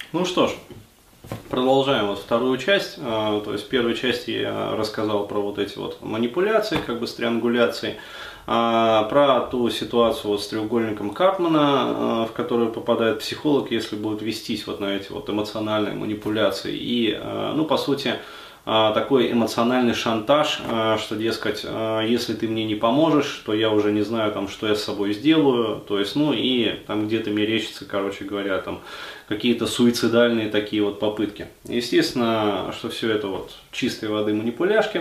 Ну что ж, продолжаем вот вторую часть. То есть в первой части я рассказал про вот эти вот манипуляции, как бы с триангуляцией, про ту ситуацию вот с треугольником Карпмана, в которую попадает психолог, если будет вестись вот на эти вот эмоциональные манипуляции. И, ну, по сути, такой эмоциональный шантаж, что, дескать, если ты мне не поможешь, то я уже не знаю, там, что я с собой сделаю, то есть, ну, и там где-то мерещится, короче говоря, там, какие-то суицидальные такие вот попытки. Естественно, что все это вот чистой воды манипуляшки.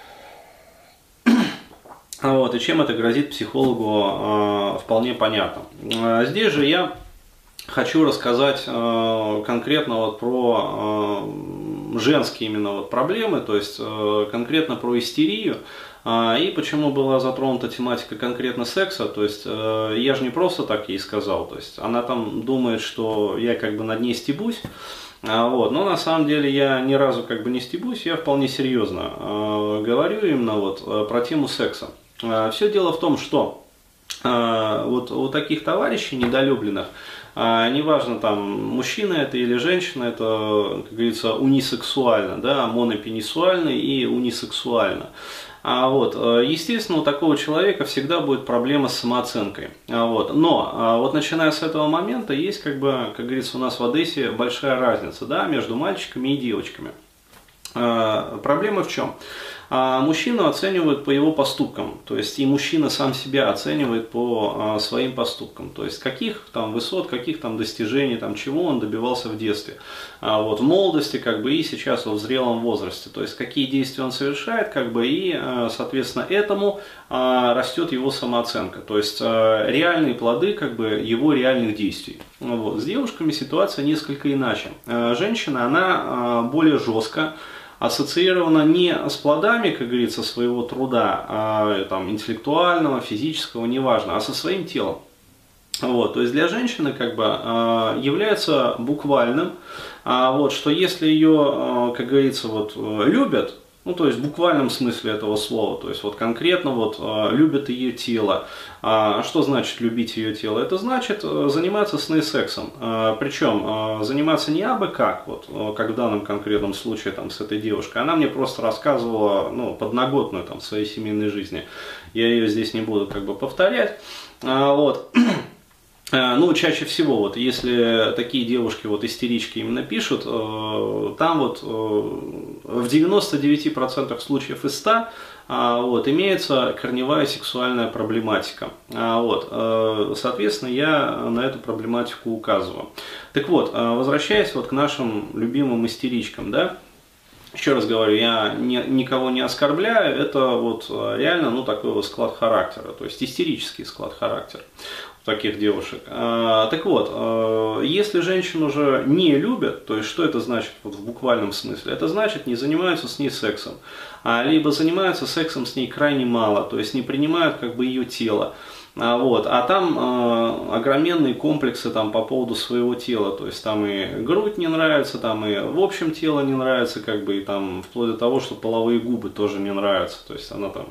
Вот, и чем это грозит психологу, вполне понятно. Здесь же я хочу рассказать конкретно вот про женские именно вот проблемы, то есть конкретно про истерию. И почему была затронута тематика конкретно секса, то есть я же не просто так ей сказал, то есть она там думает, что я как бы над ней стебусь, вот, но на самом деле я ни разу как бы не стебусь, я вполне серьезно говорю именно вот про тему секса. Все дело в том, что вот у таких товарищей недолюбленных, неважно там мужчина это или женщина, это, как говорится, унисексуально, да, монопенисуально и унисексуально. Вот, естественно, у такого человека всегда будет проблема с самооценкой. Вот, но вот начиная с этого момента есть, как говорится, у нас в Одессе большая разница, да, между мальчиками и девочками. Проблема в чем? Мужчину оценивают по его поступкам, то есть и мужчина сам себя оценивает по своим поступкам, то есть каких там высот, каких там достижений, там чего он добивался в детстве, вот в молодости, как бы и сейчас вот в зрелом возрасте, то есть какие действия он совершает, как бы и соответственно этому растет его самооценка, то есть реальные плоды как бы его реальных действий. Вот. С девушками ситуация несколько иначе. Женщина, она более жестко ассоциирована не с плодами, как говорится, своего труда, там, интеллектуального, физического, неважно, а со своим телом. Вот, то есть для женщины как бы является буквальным, вот, что если ее, как говорится, вот, любят, ну, то есть в буквальном смысле этого слова, то есть вот конкретно вот любят ее тело. Что значит любить ее тело? Это значит заниматься с ней сексом. Причем заниматься не абы как, вот, как в данном конкретном случае там, с этой девушкой. Она мне просто рассказывала, ну, подноготную там, в своей семейной жизни. Я ее здесь не буду как бы повторять. Вот. Ну, чаще всего, вот, если такие девушки, вот, истерички именно пишут, там вот в 99% случаев из 100 вот, имеется корневая сексуальная проблематика. Вот, соответственно, я на эту проблематику указываю. Так вот, возвращаясь вот к нашим любимым истеричкам, да, еще раз говорю, я никого не оскорбляю, это вот реально, ну, такой вот склад характера, то есть истерический склад характера таких девушек. Так вот, если женщину уже не любят, то есть что это значит вот в буквальном смысле? Это значит, не занимаются с ней сексом, либо занимаются сексом с ней крайне мало, то есть не принимают как бы ее тело. Вот. А там огроменные комплексы там, по поводу своего тела, то есть там и грудь не нравится, там и в общем тело не нравится, как бы, и там вплоть до того, что половые губы тоже не нравятся, то есть она там...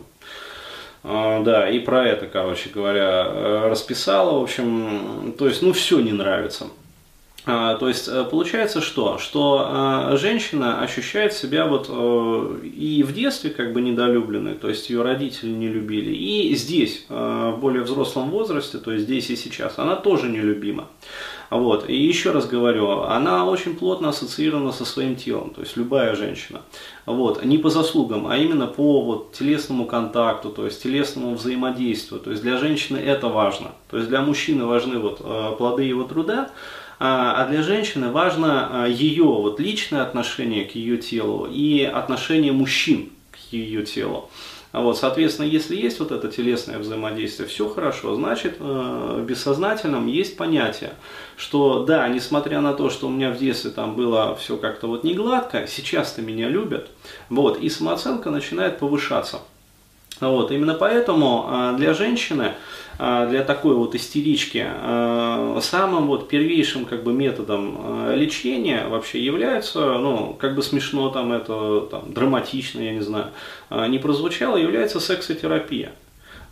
Да, и про это, короче говоря, расписала, в общем, то есть, ну, все не нравится. То есть, получается что? Что женщина ощущает себя вот и в детстве как бы недолюбленной, то есть ее родители не любили, и здесь, в более взрослом возрасте, то есть здесь и сейчас, она тоже нелюбима. Вот. И еще раз говорю, она очень плотно ассоциирована со своим телом, то есть любая женщина. Вот. Не по заслугам, а именно по вот, телесному контакту, то есть телесному взаимодействию. То есть для женщины это важно. То есть для мужчины важны вот, плоды его труда, а для женщины важно ее вот, личное отношение к ее телу и отношение мужчин к ее телу. Вот, соответственно, если есть вот это телесное взаимодействие, все хорошо, значит, в бессознательном есть понятие, что да, несмотря на то, что у меня в детстве там было все как-то вот не гладко, сейчас-то меня любят, вот, и самооценка начинает повышаться. Вот, именно поэтому для женщины, для такой вот истерички, самым вот первейшим как бы методом лечения вообще является, ну, как бы смешно там это, там, драматично, я не знаю, не прозвучало, является сексотерапия.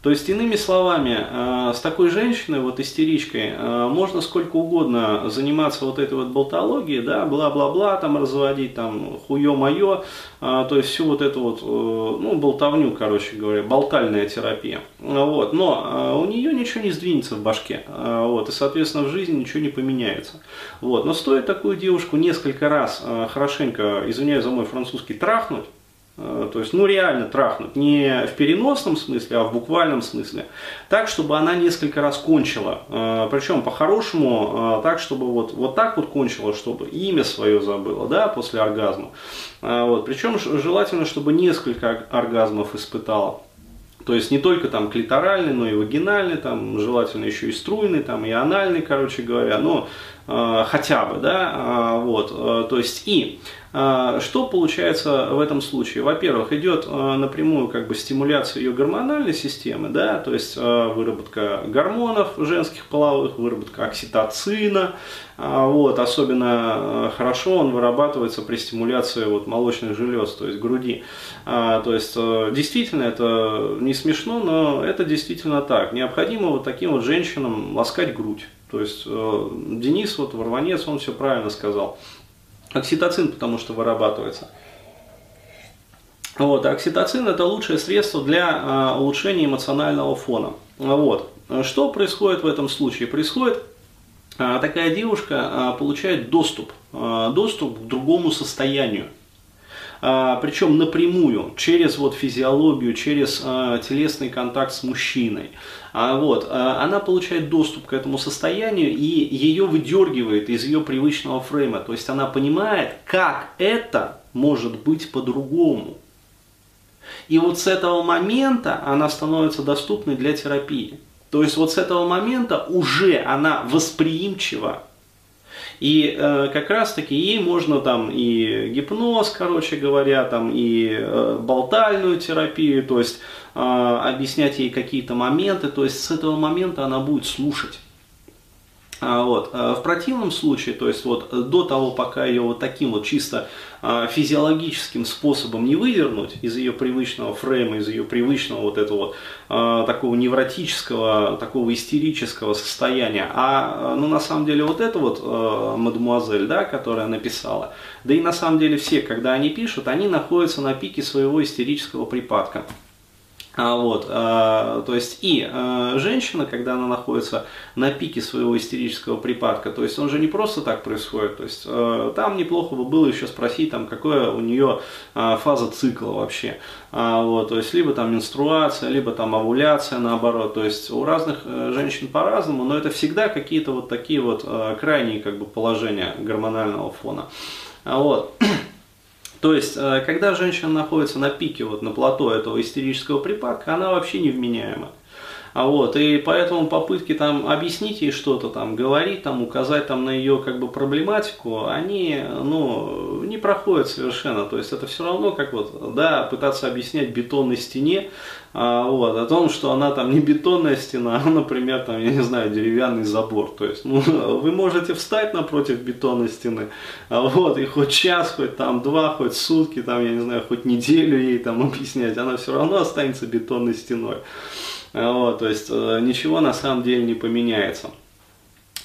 То есть, иными словами, с такой женщиной, вот истеричкой, можно сколько угодно заниматься вот этой вот болтологией, да, бла-бла-бла, там разводить, там, хуё-моё, то есть всю вот эту вот, ну, болтовню, короче говоря, болтальная терапия. Вот. Но у нее ничего не сдвинется в башке, вот, и, соответственно, в жизни ничего не поменяется. Вот. Но стоит такую девушку несколько раз хорошенько, извиняюсь за мой французский, трахнуть, то есть, ну, реально трахнуть, не в переносном смысле, а в буквальном смысле, так, чтобы она несколько раз кончила, причем по-хорошему, так, чтобы вот так вот кончила, чтобы имя свое забыла, да, после оргазма, вот, причем желательно, чтобы несколько оргазмов испытала. То есть не только там клиторальный, но и вагинальный, там желательно еще и струйный, там и анальный, короче говоря, но хотя бы, да, вот, то есть и что получается в этом случае? Во-первых, идет напрямую как бы стимуляция ее гормональной системы, да, то есть выработка гормонов женских половых, выработка окситоцина, вот, особенно хорошо он вырабатывается при стимуляции вот молочных желез, то есть груди. То есть действительно это не смешно, но это действительно так. Необходимо вот таким вот женщинам ласкать грудь. То есть Денис, вот Варванец, он все правильно сказал. Окситоцин, потому что вырабатывается. Вот, окситоцин это лучшее средство для улучшения эмоционального фона. Вот. Что происходит в этом случае? Происходит, такая девушка получает доступ к другому состоянию. Причем напрямую, через вот физиологию, через телесный контакт с мужчиной. Вот, она получает доступ к этому состоянию и ее выдергивает из ее привычного фрейма. То есть она понимает, как это может быть по-другому. И вот с этого момента она становится доступной для терапии. То есть вот с этого момента уже она восприимчива. И как раз таки ей можно там и гипноз, короче говоря, там и болтальную терапию, то есть объяснять ей какие-то моменты, то есть с этого момента она будет слушать. Вот. В противном случае, то есть вот до того, пока ее вот таким вот чисто физиологическим способом не выдернуть из ее привычного фрейма, из ее привычного вот этого вот такого невротического, такого истерического состояния, ну на самом деле вот это вот мадемуазель, да, которая написала, да и на самом деле все, когда они пишут, они находятся на пике своего истерического припадка. Вот, то есть и женщина, когда она находится на пике своего истерического припадка, то есть он же не просто так происходит, то есть там неплохо бы было еще спросить, там, какая у нее фаза цикла вообще, вот, то есть либо там менструация, либо там овуляция наоборот, то есть у разных женщин по-разному, но это всегда какие-то вот такие вот крайние как бы положения гормонального фона, вот. То есть, когда женщина находится на пике, вот на плато этого истерического припадка, она вообще невменяема. Вот, и поэтому попытки там объяснить ей что-то, там, говорить, там, указать там, на ее как бы проблематику, они ну, не проходят совершенно. То есть это все равно как вот, да, пытаться объяснять бетонной стене, вот, о том, что она там не бетонная стена, а, например, там, я не знаю, деревянный забор. То есть ну, вы можете встать напротив бетонной стены, вот, и хоть час, хоть там два, хоть сутки, там, я не знаю, хоть неделю ей там объяснять, она все равно останется бетонной стеной. Вот, то есть ничего на самом деле не поменяется.